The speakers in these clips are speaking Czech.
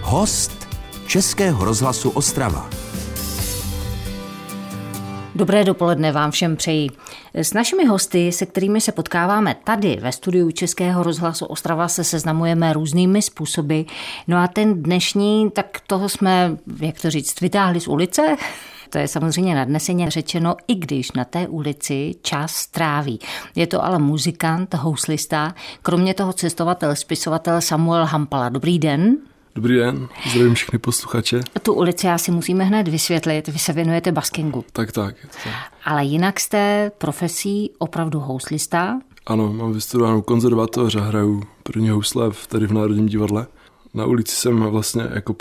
Host Českého rozhlasu Ostrava. Dobré dopoledne vám všem přeji. S našimi hosty, se kterými se potkáváme tady ve studiu Českého rozhlasu Ostrava, se seznamujeme různými způsoby. No a ten dnešní, tak toho jsme, jak to říct, vytáhli z ulice. To je samozřejmě nadneseně řečeno, i když na té ulici čas tráví. Je to ale muzikant, houslista, kromě toho cestovatel, spisovatel Samuel Hampala. Dobrý den. Dobrý den, zdravím všechny posluchače. Tu ulici já si musíme hned vysvětlit, vy se věnujete baskingu. Tak. Ale jinak jste profesí opravdu houslista? Ano, mám vystudovanou konzervatoř a hraju první housle tady v Národním divadle. Na ulici jsem vlastně jako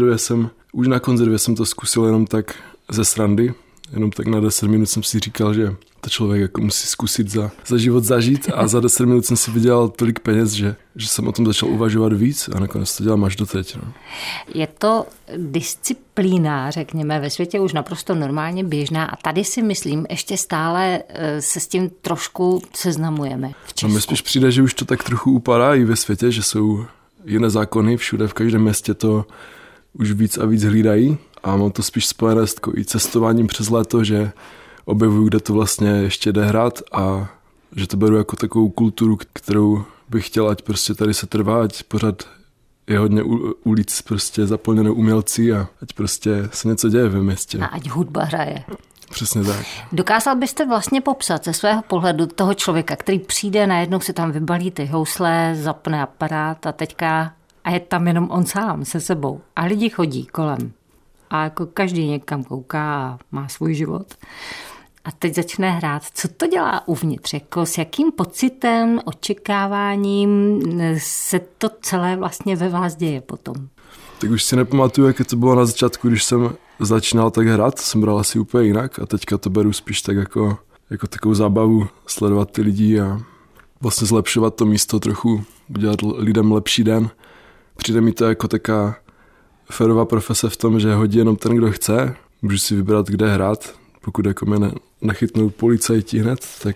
už na konzervě jsem to zkusil jenom tak ze srandy, jenom tak na 10 minut jsem si říkal, že to člověk jako musí zkusit za život zažít a za 10 minut jsem si vydělal tolik peněz, že jsem o tom začal uvažovat víc a nakonec to dělám až doteď. No. Je to disciplína, řekněme, ve světě už naprosto normálně běžná a tady si myslím, ještě stále se s tím trošku seznamujeme v Česku. No mi spíš přijde, že už to tak trochu upadá i ve světě, že jsou jiné zákony, všude v každém městě to už víc a víc hlídají a mám to spíš spojené s i cestováním přes léto, že objevuju, kde to vlastně ještě jde hrát a že to beru jako takovou kulturu, kterou bych chtěl, ať prostě tady se trvá, ať pořád je hodně ulic prostě zaplněné umělci a ať prostě se něco děje ve městě. A ať hudba hraje. Přesně tak. Dokázal byste vlastně popsat ze svého pohledu toho člověka, který přijde, najednou si tam vybalí ty housle, zapne aparát a je tam jenom on sám se sebou a lidi chodí kolem. A jako každý někam kouká a má svůj život. A teď začne hrát. Co to dělá uvnitř? Jako s jakým pocitem, očekáváním se to celé vlastně ve vás děje potom? Tak už si nepamatuju, jak to bylo na začátku, když jsem začínal tak hrát. Jsem bral asi úplně jinak a teďka to beru spíš tak jako takovou zábavu sledovat ty lidi a vlastně zlepšovat to místo trochu, udělat lidem lepší den. Přijde mi to jako taká férová profese v tom, že hodí jenom ten, kdo chce. Můžu si vybrat, kde hrát. Pokud jako mě nechytnou policajti hned, tak...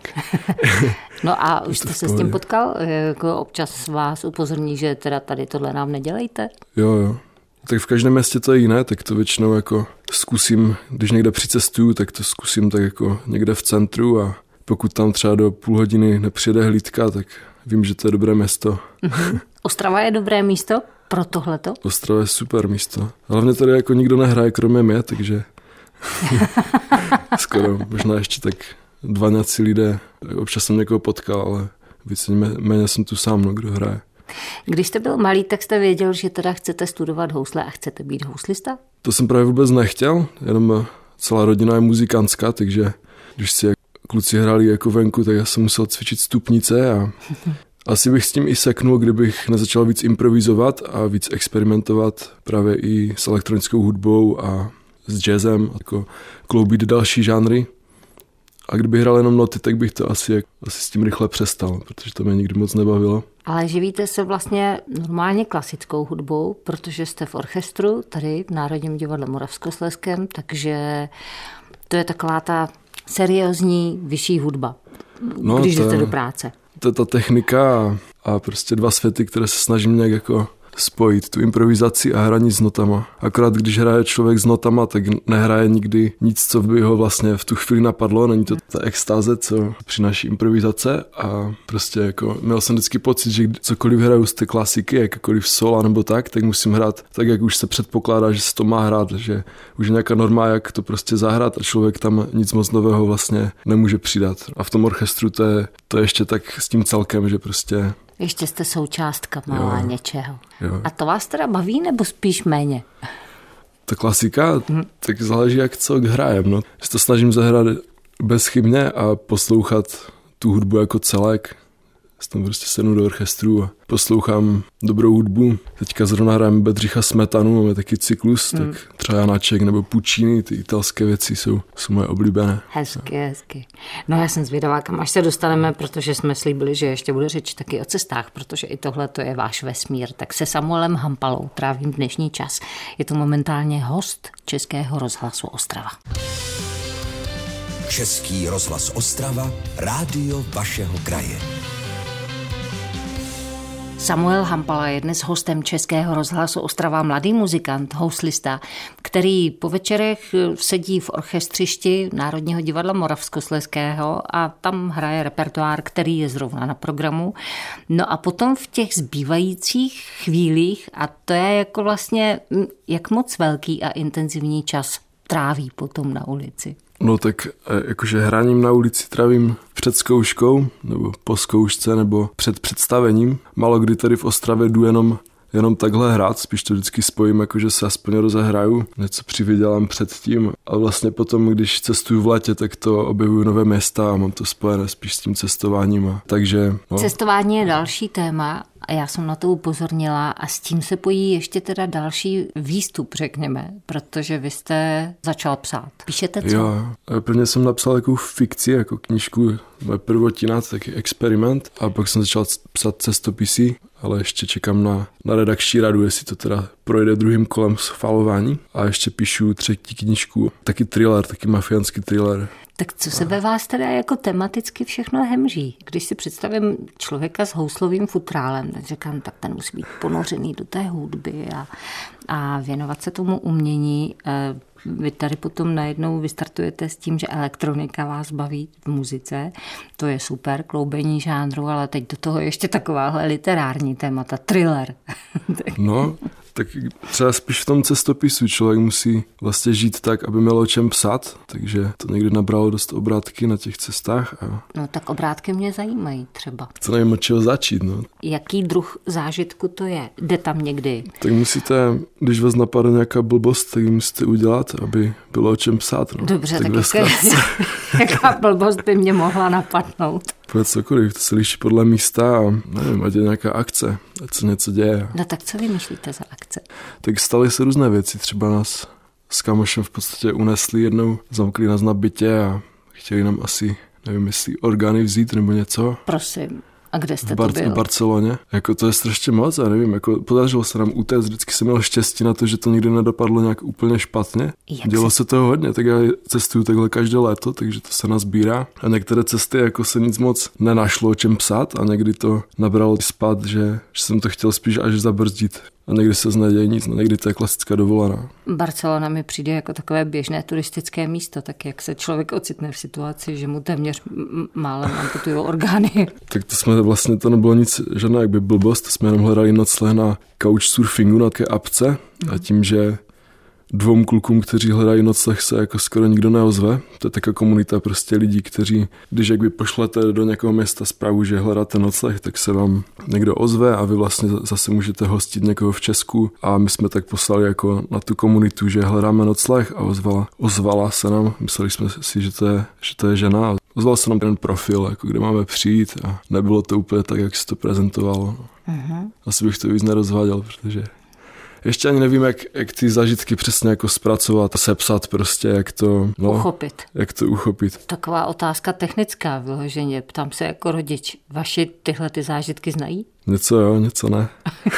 No a už jste se s tím potkal? Jako občas vás upozorní, že teda tady tohle nám nedělejte? Jo. Tak v každém městě to je jiné, tak to většinou jako zkusím, když někde přicestuju, tak to zkusím tak jako někde v centru a pokud tam třeba do půl hodiny nepřijede hlídka, tak vím, že to je dobré město. Ostrava je dobré místo pro tohleto? Ostrava je super místo. Hlavně tady jako nikdo nehraje kromě mě, takže skoro možná ještě tak 12 lidé. Občas jsem někoho potkal, ale méně jsem tu sám, kdo hraje. Když jste byl malý, tak jste věděl, že teda chcete studovat housle a chcete být houslista? To jsem právě vůbec nechtěl, jenom celá rodina je muzikantská, takže když si kluci hráli jako venku, tak já jsem musel cvičit stupnice a asi bych s tím i seknul, kdybych nezačal víc improvizovat a víc experimentovat právě i s elektronickou hudbou a s jazzem, jako kloubit další žánry. A kdybych hrál jenom noty, tak bych to asi s tím rychle přestal, protože to mě nikdy moc nebavilo. Ale živíte se vlastně normálně klasickou hudbou, protože jste v orchestru tady v Národním divadle Moravskoslezském, takže to je taková ta seriózní vyšší hudba, když jdete do práce. To je ta technika a prostě dva světy, které se snažím nějak jako spojit, tu improvizaci a hraní s notama. Akorát když hraje člověk s notama, tak nehraje nikdy nic, co by ho vlastně v tu chvíli napadlo, není to ta extáze, co přináší improvizace a prostě jako měl jsem vždycky pocit, že cokoliv hraju z té klasiky, jakkoliv sola nebo tak musím hrát tak, jak už se předpokládá, že se to má hrát, že už je nějaká norma, jak to prostě zahrát a člověk tam nic moc nového vlastně nemůže přidat. A v tom orchestru to je ještě tak s tím celkem, že prostě ještě jste součástka malá něčeho. Jo. A to vás teda baví nebo spíš méně? Ta klasika, tak záleží jak co hrajem. No. Já to snažím zahrát bezchybně a poslouchat tu hudbu jako celek. Tam prostě sednu do orchestru a poslouchám dobrou hudbu. Teďka zrovna hrajeme Bedřicha Smetanu, máme taky cyklus, tak třeba Janáček nebo Puccini, ty italské věci jsou moje oblíbené. Hezky. No já jsem zvědavá, kam až se dostaneme, protože jsme slíbili, že ještě bude řeč taky o cestách, protože i tohle to je váš vesmír. Tak se Samuelem Hampalou trávím dnešní čas. Je to momentálně host Českého rozhlasu Ostrava. Český rozhlas Ostrava, rádio vašeho kraje. Samuel Hampala je dnes hostem Českého rozhlasu Ostrava, mladý muzikant, houslista, který po večerech sedí v orchestřišti Národního divadla Moravskoslezského a tam hraje repertoár, který je zrovna na programu. No a potom v těch zbývajících chvílích, a to je jako vlastně jak moc velký a intenzivní čas tráví potom na ulici. No tak jakože hraním na ulici trávím před zkouškou, nebo po zkoušce, nebo před představením. Málo kdy tady v Ostravě jdu jenom takhle hrát, spíš to vždycky spojím, jakože se aspoň rozehraju, něco přivydělám předtím a vlastně potom, když cestuju v létě, tak to objevuju nové města a mám to spojené spíš s tím cestováním. Takže, no. Cestování je další téma a já jsem na to upozornila a s tím se pojí ještě teda další výstup, řekněme, protože vy jste začal psát. Píšete co? Jo, prvně jsem napsal takovou fikci, jako knížku, moje prvotina, taky experiment a pak jsem začal psat cestopisy, ale ještě čekám na redakční radu, jestli to teda projde druhým kolem schvalování a ještě píšu třetí knížku, taky thriller, taky mafiánský thriller. Tak co se ve vás teda jako tematicky všechno hemží? Když si představím člověka s houslovým futrálem, tak říkám, tak ten musí být ponořený do té hudby a věnovat se tomu umění. Vy tady potom najednou vystartujete s tím, že elektronika vás baví v muzice. To je super, kloubení žánru, ale teď do toho ještě takováhle literární témata, thriller. No, tak třeba spíš v tom cestopisu člověk musí vlastně žít tak, aby měl o čem psát, takže to někdy nabralo dost obrátky na těch cestách. No tak obrátky mě zajímají třeba. To nevím, od čeho začít, no. Jaký druh zážitku to je? Jde tam někdy? Tak musíte, když vás napadne nějaká blbost, tak musíte udělat, aby bylo o čem psát. No. Dobře, tak jaká blbost by mě mohla napadnout? Pojď cokoliv, to se liší podle místa a nevím, ať je nějaká akce, ať se něco děje. No tak co vymýšlíte za akce? Tak staly se různé věci, třeba nás s kamošem v podstatě unesli jednou, zamkli nás na bytě a chtěli nám asi, nevím, jestli orgány vzít nebo něco. Prosím. A kde jste to byl? V Barceloně. Jako to je strašně moc, já nevím, jako podařilo se nám utéct, vždycky jsem měl štěstí na to, že to nikdy nedopadlo nějak úplně špatně. Dělo se toho hodně, tak já cestuju takhle každé léto, takže to se nazbírá. A některé cesty jako se nic moc nenašlo o čem psát a někdy to nabralo spát, že jsem to chtěl spíš až zabrzdit. A někdy se neděje nic, no někdy to je klasická dovolená. Barcelona mi přijde jako takové běžné turistické místo, tak jak se člověk ocitne v situaci, že mu téměř málem amputují orgány. Tak to jsme vlastně, to nebylo nic, žádná jakby blbost, to jsme jenom hledali nocleh na couchsurfingu, na také apce a tím, že 2 klukům, kteří hledají nocleh, se jako skoro nikdo neozve. To je taková komunita prostě lidí, kteří, když jak vy pošlete do nějakého města zprávu, že hledáte nocleh, tak se vám někdo ozve a vy vlastně zase můžete hostit někoho v Česku. A my jsme tak poslali jako na tu komunitu, že hledáme nocleh a ozvala se nám. Mysleli jsme si, že to je žena. Ozval se nám ten profil, jako kde máme přijít a nebylo to úplně tak, jak se to prezentovalo. Asi bych to víc nerozváděl, protože ještě ani nevím, jak ty zážitky přesně jako zpracovat, sepsat prostě, jak to uchopit. Jak to uchopit. Taková otázka technická vyloženě. Ptám se jako rodič, vaši tyhle ty zážitky znají? Něco jo, něco ne.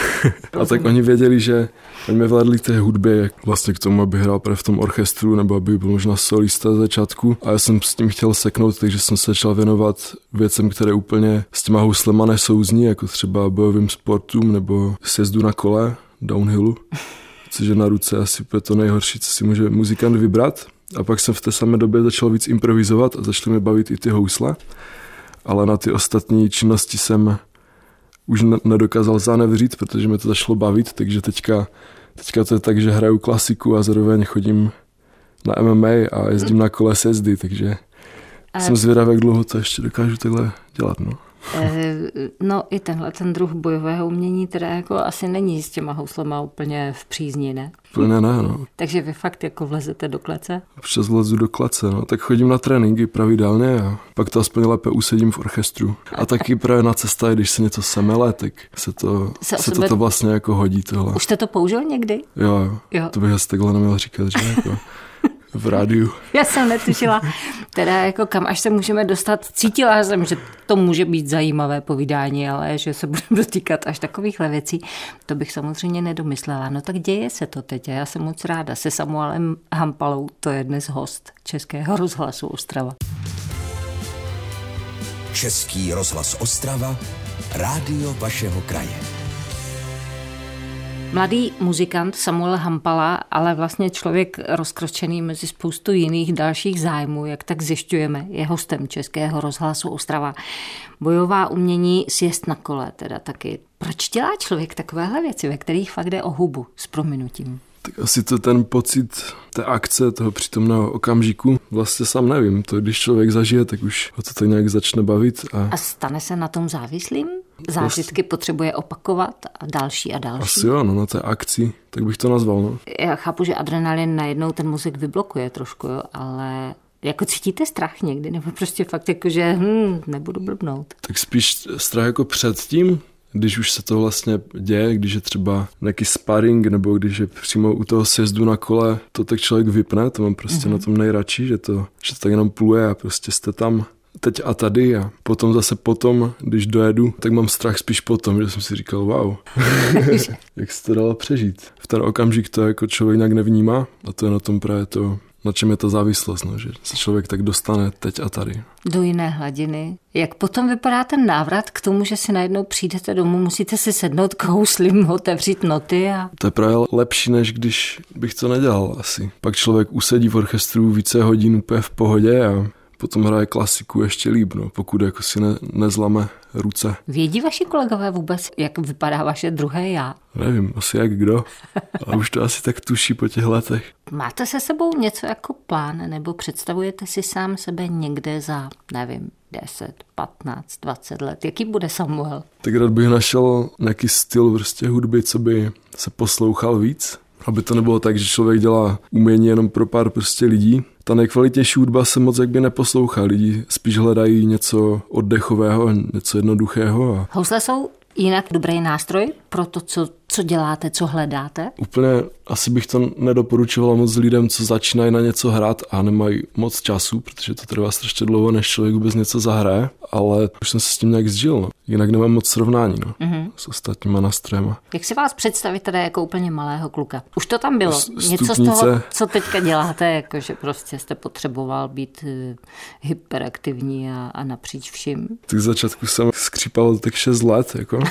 A tak oni věděli, že oni mě vedli k té hudbě vlastně k tomu, aby hrál v tom orchestru nebo aby byl možná solista z začátku. A já jsem s tím chtěl seknout, takže jsem se začal věnovat věcem, které úplně s těma houslema nesouzní, jako třeba bojovým sportům nebo sjezdu na kole, downhillu, což je na ruce asi to nejhorší, co si může muzikant vybrat. A pak jsem v té samé době začal víc improvizovat a začaly mě bavit i ty housle. Ale na ty ostatní činnosti jsem už nedokázal zanevřít, protože mě to začalo bavit, takže teďka to je tak, že hraju klasiku a zároveň chodím na MMA a jezdím na kole sjezdy, takže jsem zvědavý, jak dlouho to ještě dokážu takhle dělat, no. No i ten druh bojového umění teda jako asi není s těma houslema úplně v přízni, ne? Úplně ne, no. Takže vy fakt jako vlezete do klece? Občas vlezu do klece, no. Tak chodím na tréninky pravidelně a pak to aspoň lépe usedím v orchestru. A taky právě na cestách, když se něco semele, tak se to vlastně jako hodí tohle. Už jste to použil někdy? Jo. To bych asi takhle neměl říkat, že jako v rádiu. Já jsem netušila, teda jako kam až se můžeme dostat. Cítila jsem, že to může být zajímavé povídání, ale že se budeme dotýkat až takovýchhle věcí, to bych samozřejmě nedomyslela. No tak děje se to teď a já jsem moc ráda. Se Samuelem Hampalou, to je dnes host Českého rozhlasu Ostrava. Český rozhlas Ostrava, rádio vašeho kraje. Mladý muzikant Samuel Hampala, ale vlastně člověk rozkročený mezi spoustu jiných dalších zájmů, jak tak zjišťujeme, je hostem Českého rozhlasu Ostrava. Bojová umění, sjezd na kole teda taky. Proč dělá člověk takovéhle věci, ve kterých fakt jde o hubu, s prominutím? Tak asi to ten pocit té akce, toho přítomného okamžiku, vlastně sám nevím. To když člověk zažije, tak už ho to tak nějak začne bavit. A stane se na tom závislým? Zážitky potřebuje opakovat a další a další? Asi jo, no, na té akci, tak bych to nazval. No. Já chápu, že adrenalin najednou ten mozek vyblokuje trošku, jo, ale jako cítíte strach někdy? Nebo prostě fakt jako, že nebudu blbnout? Tak spíš strach jako předtím, když už se to vlastně děje, když je třeba nějaký sparring, nebo když je přímo u toho sjezdu na kole, to tak člověk vypne, to mám prostě na tom nejradši, že to tak jenom pluje a prostě jste tam teď a tady a potom, když dojedu, tak mám strach spíš potom, že jsem si říkal, wow, jak se to dalo přežít. V ten okamžik to jako člověk nějak nevnímá a to je na tom právě to, na čem je ta závislost, no, že se člověk tak dostane teď a tady. Do jiné hladiny. Jak potom vypadá ten návrat k tomu, že si najednou přijdete domů, musíte si sednout k houslím, otevřít noty a... To je právě lepší, než když bych to nedělal asi. Pak člověk usedí v orchestru více hodin úplně v pohodě a potom hraje klasiku ještě líp, no, pokud jako si nezlame ruce. Vědí vaši kolegové vůbec, jak vypadá vaše druhé já? Nevím, asi jak kdo, ale už to asi tak tuší po těch letech. Máte se sebou něco jako plán, nebo představujete si sám sebe někde za, nevím, 10, 15, 20 let? Jaký bude Samuel? Tak rád bych našel nějaký styl prostě hudby, co by se poslouchal víc. Aby to nebylo tak, že člověk dělá umění jenom pro pár prostě lidí. Ta nejkvalitnější hudba se moc jakby neposlouchá. Lidi spíš hledají něco oddechového, něco jednoduchého. Housle jsou jinak dobrý nástroj pro to, co děláte, co hledáte? Úplně asi bych to nedoporučoval moc lidem, co začínají na něco hrát a nemají moc času, protože to trvá strašně dlouho, než člověk vůbec něco zahraje, ale už jsem se s tím nějak zžil. No. Jinak nemám moc srovnání s ostatníma nástrojema. Jak si vás představit teda jako úplně malého kluka? Už to tam bylo. Něco z toho, co teďka děláte, jakože prostě jste potřeboval být hyperaktivní a napříč vším. Tak z začátku jsem skřípal tak 6 let, jako.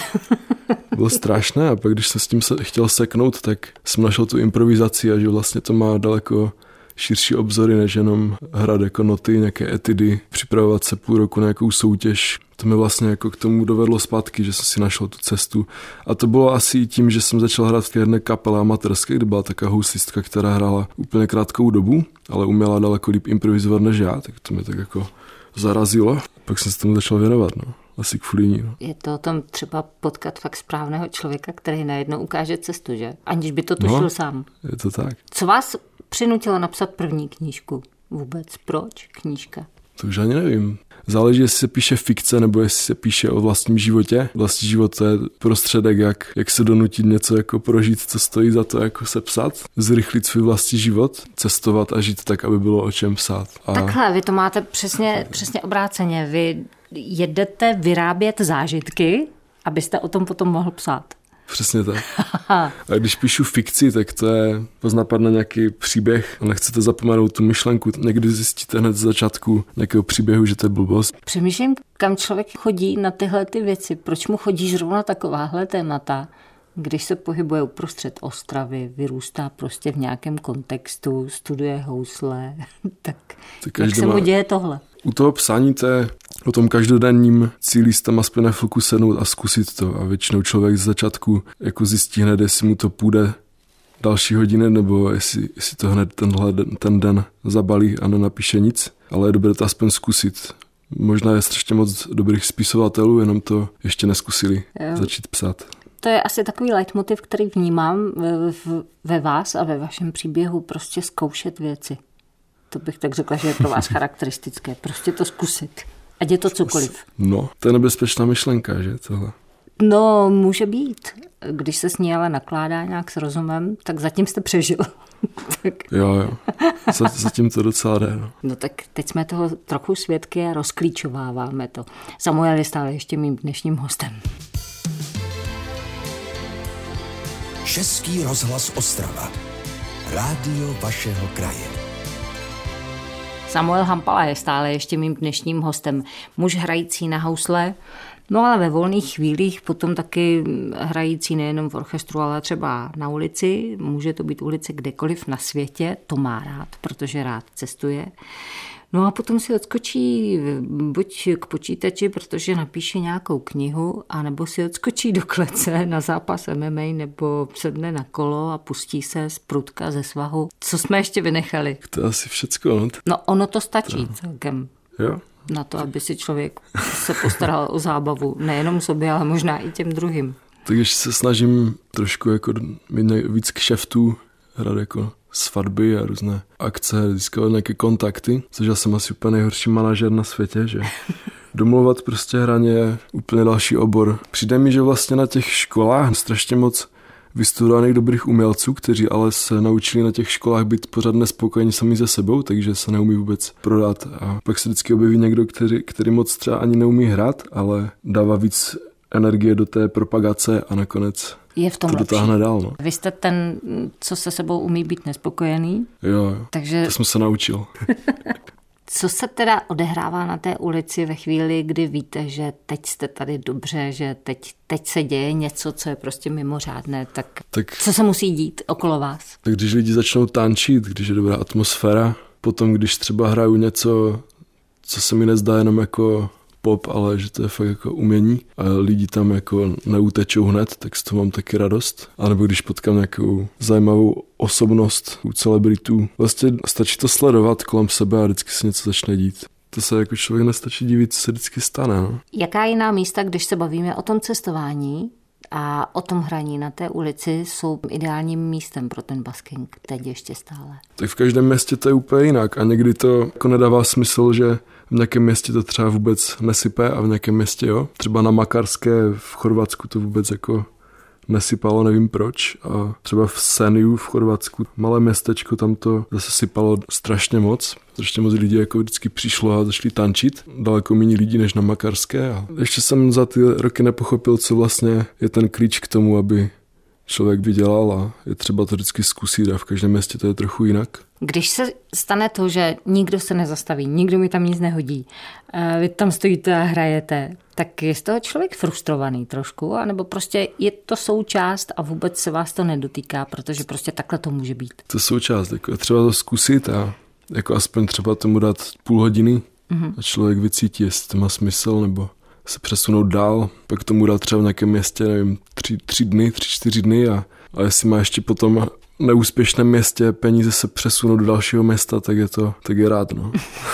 Bylo strašné a pak když jsem s tím chtěl seknout, tak jsem našel tu improvizaci a že vlastně to má daleko širší obzory, než jenom hrát jako noty, nějaké etidy, připravovat se půl roku na nějakou soutěž. To mě vlastně jako k tomu dovedlo zpátky, že jsem si našel tu cestu. A to bylo asi tím, že jsem začal hrát v jedné kapele amatérské, kde byla taková houslistka, která hrála úplně krátkou dobu, ale uměla daleko líp improvizovat než já, tak to mě tak jako zarazilo. Pak jsem se tomu začal věnovat, no. Asi kvůli ní. No. Je to o tom třeba potkat fakt správného člověka, který najednou ukáže cestu, že? Aniž by to tušil sám. Je to tak. Co vás přinutilo napsat první knížku vůbec? Proč knížka? To už ani nevím. Záleží, jestli se píše fikce, nebo jestli se píše o vlastním životě. Vlastní život to je prostředek, jak se donutit něco jako prožít, co stojí za to jako sepsat. Zrychlit svůj vlastní život, cestovat a žít tak, aby bylo o čem psát. Takhle, vy to máte přesně obráceně. Vy jedete vyrábět zážitky, abyste o tom potom mohl psát. Přesně tak. A když píšu fikci, tak to je, vás napadne nějaký příběh a nechcete zapomenout tu myšlenku. Někdy zjistíte hned z začátku nějakého příběhu, že to je blbost. Přemýšlím, kam člověk chodí na tyhle ty věci. Proč mu chodí zrovna takováhle témata, když se pohybuje uprostřed Ostravy, vyrůstá prostě v nějakém kontextu, studuje housle, tak jak se mu děje tohle? U toho psání to je o tom každodenním cíli se tam aspoň na chvilku sednout a zkusit to. A většinou člověk z začátku jako zjistí hned, jestli mu to půjde další hodiny, nebo jestli to hned ten den zabalí a nenapíše nic. Ale je dobré to aspoň zkusit. Možná je strašně moc dobrých spisovatelů, jenom to ještě neskusili začít psát. To je asi takový leitmotiv, který vnímám ve vás a ve vašem příběhu, prostě zkoušet věci. To bych tak řekla, že je pro vás charakteristické. Prostě to zkusit. Ať je to cokoliv. No, to je nebezpečná myšlenka, že tohle? No, může být. Když se s ní ale nakládá nějak s rozumem, tak zatím jste přežil. Tak. Jo. Zatím to docela jde. No tak teď jsme toho trochu svědky a rozklíčováváme to. Samuel je stále ještě mým dnešním hostem. Český rozhlas Ostrava. Rádio vašeho kraje. Samuel Hampala je stále ještě mým dnešním hostem. Muž hrající na housle, no ale ve volných chvílích potom taky hrající nejenom v orchestru, ale třeba na ulici. Může to být ulice kdekoliv na světě, to má rád, protože rád cestuje. No a potom si odskočí buď k počítači, protože napíše nějakou knihu, anebo si odskočí do klece na zápas MMA, nebo sedne na kolo a pustí se z prutka ze svahu. Co jsme ještě vynechali? To asi všecko. No ono to stačí celkem. Jo. Na to, aby si člověk se postaral o zábavu. Nejenom sobě, ale možná i těm druhým. Takže se snažím trošku jako mít víc kšeftů, hrát jako svatby a různé akce, získávat nějaké kontakty, což já jsem asi úplně nejhorší manažer na světě, že domluvat prostě hraně je úplně další obor. Přijde mi, že vlastně na těch školách strašně moc vystudovaných dobrých umělců, kteří ale se naučili na těch školách být pořád nespokojení sami se sebou, takže se neumí vůbec prodat. A pak se vždycky objeví někdo, který moc třeba ani neumí hrát, ale dává víc energie do té propagace a nakonec je v tom to dotáhne dál. No. Vy jste ten, co se sebou umí být nespokojený. Jo, takže to jsem se naučil. Co se teda odehrává na té ulici ve chvíli, kdy víte, že teď jste tady dobře, že teď se děje něco, co je prostě mimořádné, tak co se musí dít okolo vás? Tak když lidi začnou tančit, když je dobrá atmosféra, potom když třeba hraju něco, co se mi nezdá jenom jako pop, ale že to je fakt jako umění a lidi tam jako neutečou hned, tak z toho mám taky radost. A nebo když potkám nějakou zajímavou osobnost u celebritů. Vlastně stačí to sledovat kolem sebe a vždycky se něco začne dít. To se jako člověk nestačí divit, co se vždycky stane. No? Jaká jiná místa, když se bavíme o tom cestování a o tom hraní na té ulici, jsou ideálním místem pro ten busking teď ještě stále? Tak v každém městě to je úplně jinak a někdy to jako nedává smysl, že v nějakém městě to třeba vůbec nesype a v nějakém městě jo. Třeba na Makarské v Chorvatsku to vůbec jako nesypalo, nevím proč. A třeba v Seniu v Chorvatsku, malé městečko, tam to zase sypalo strašně moc. Strašně moc lidí jako vždycky přišlo a začali tančit. Daleko méně lidí než na Makarské. A ještě jsem za ty roky nepochopil, co vlastně je ten klíč k tomu, aby člověk vydělal a je třeba to vždycky zkusit a v každém městě to je trochu jinak. Když se stane to, že nikdo se nezastaví, nikdo mi tam nic nehodí, vy tam stojíte a hrajete, tak je z toho člověk frustrovaný trošku, anebo prostě je to součást a vůbec se vás to nedotýká, protože prostě takhle to může být. To je součást, jako třeba to zkusit a jako aspoň třeba tomu dát půl hodiny a člověk vycítí, jestli to má smysl, nebo se přesunout dál, pak tomu dát třeba v nějakém městě, nevím, 3-4 dny a jestli má ještě potom neúspěšném městě peníze se přesunout do dalšího města, tak je rád, no.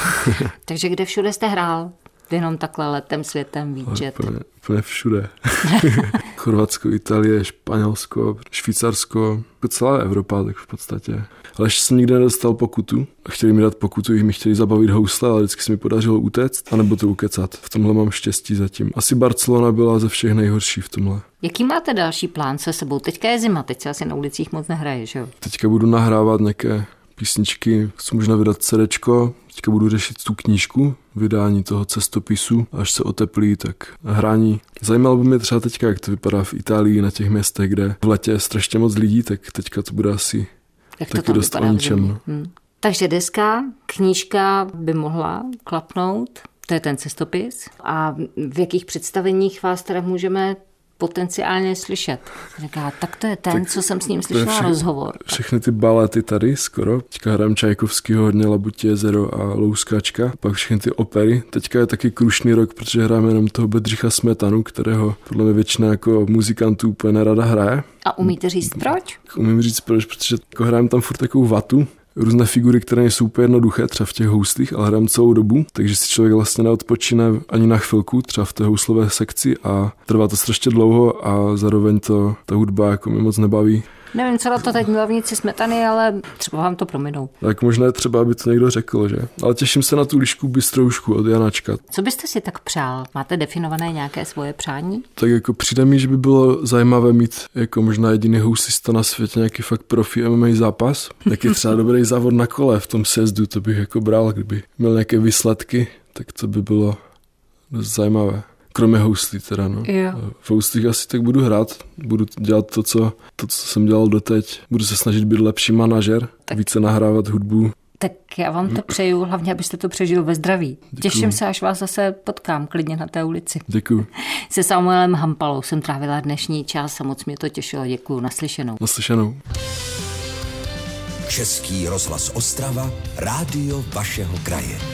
Takže kde všude jste hrál? Jenom takhle letem světem výčet. Úplně všude. Chorvatsko, Itálie, Španělsko, Švýcarsko, jako celá Evropa, tak v podstatě. Ale ještě jsem nikdy nedostal pokutu. Chtěli mi dát pokutu, mi chtěli zabavit housle, ale vždycky se mi podařilo utéct, anebo to ukecat. V tomhle mám štěstí zatím. Asi Barcelona byla ze všech nejhorší v tomhle. Jaký máte další plán se sebou? Teďka je zima, teď se asi na ulicích moc nehraje, že jo? Teďka budu nahrávat nějaké písničky, chci možná vydat CDčko, teďka budu řešit tu knížku, vydání toho cestopisu, až se oteplí, tak hrání. Zajímalo by mě třeba teďka, jak to vypadá v Itálii na těch městech, kde v letě je strašně moc lidí, tak teďka to bude asi taky dost o ničem. Takže deska, knížka by mohla klapnout, to je ten cestopis. A v jakých představeních vás teda můžeme potenciálně slyšet? Říká, tak to je ten, tak co jsem s ním slyšela rozhovor. Všechny ty balety tady skoro. Teďka hrám Čajkovskýho hodně, Labutí jezero a Louskáčka. Pak všechny ty opery. Teďka je taky krušný rok, protože hráme jenom toho Bedřicha Smetanu, kterého podle mě většina jako muzikantů úplně nerada hraje. A umíte říct proč? Umím říct proč, protože jako hrám tam furt takovou vatu. Různé figury, které nejsou úplně jednoduché, třeba v těch houslích, ale hrám celou dobu, takže si člověk vlastně neodpočine ani na chvilku, třeba v té houslové sekci a trvá to strašně dlouho a zároveň ta hudba jako mě moc nebaví. Nevím, co na to teď milovníci Smetany, ale třeba vám to prominou. Tak možná třeba, aby to někdo řekl, že? Ale těším se na tu Lišku Bystroušku od Janáčka. Co byste si tak přál? Máte definované nějaké svoje přání? Tak jako přijde mi, že by bylo zajímavé mít jako možná jediný houslista na světě nějaký fakt profi MMA zápas. Tak je třeba dobrý závod na kole v tom sjezdu, to bych jako bral, kdyby měl nějaké výsledky, tak to by bylo dost zajímavé. Kromě houslí teda, no. Jo. V houslích asi tak budu hrát, budu dělat to, co jsem dělal doteď. Budu se snažit být lepší manažer, více nahrávat hudbu Tak já vám to přeju, hlavně abyste to přežil ve zdraví. Děkuju. Těším se, až vás zase potkám klidně na té ulici. Děkuju. Se Samuelem Hampalou jsem trávila dnešní čas a moc mě to těšilo. Děkuju, naslyšenou. Naslyšenou. Český rozhlas Ostrava, rádio vašeho kraje.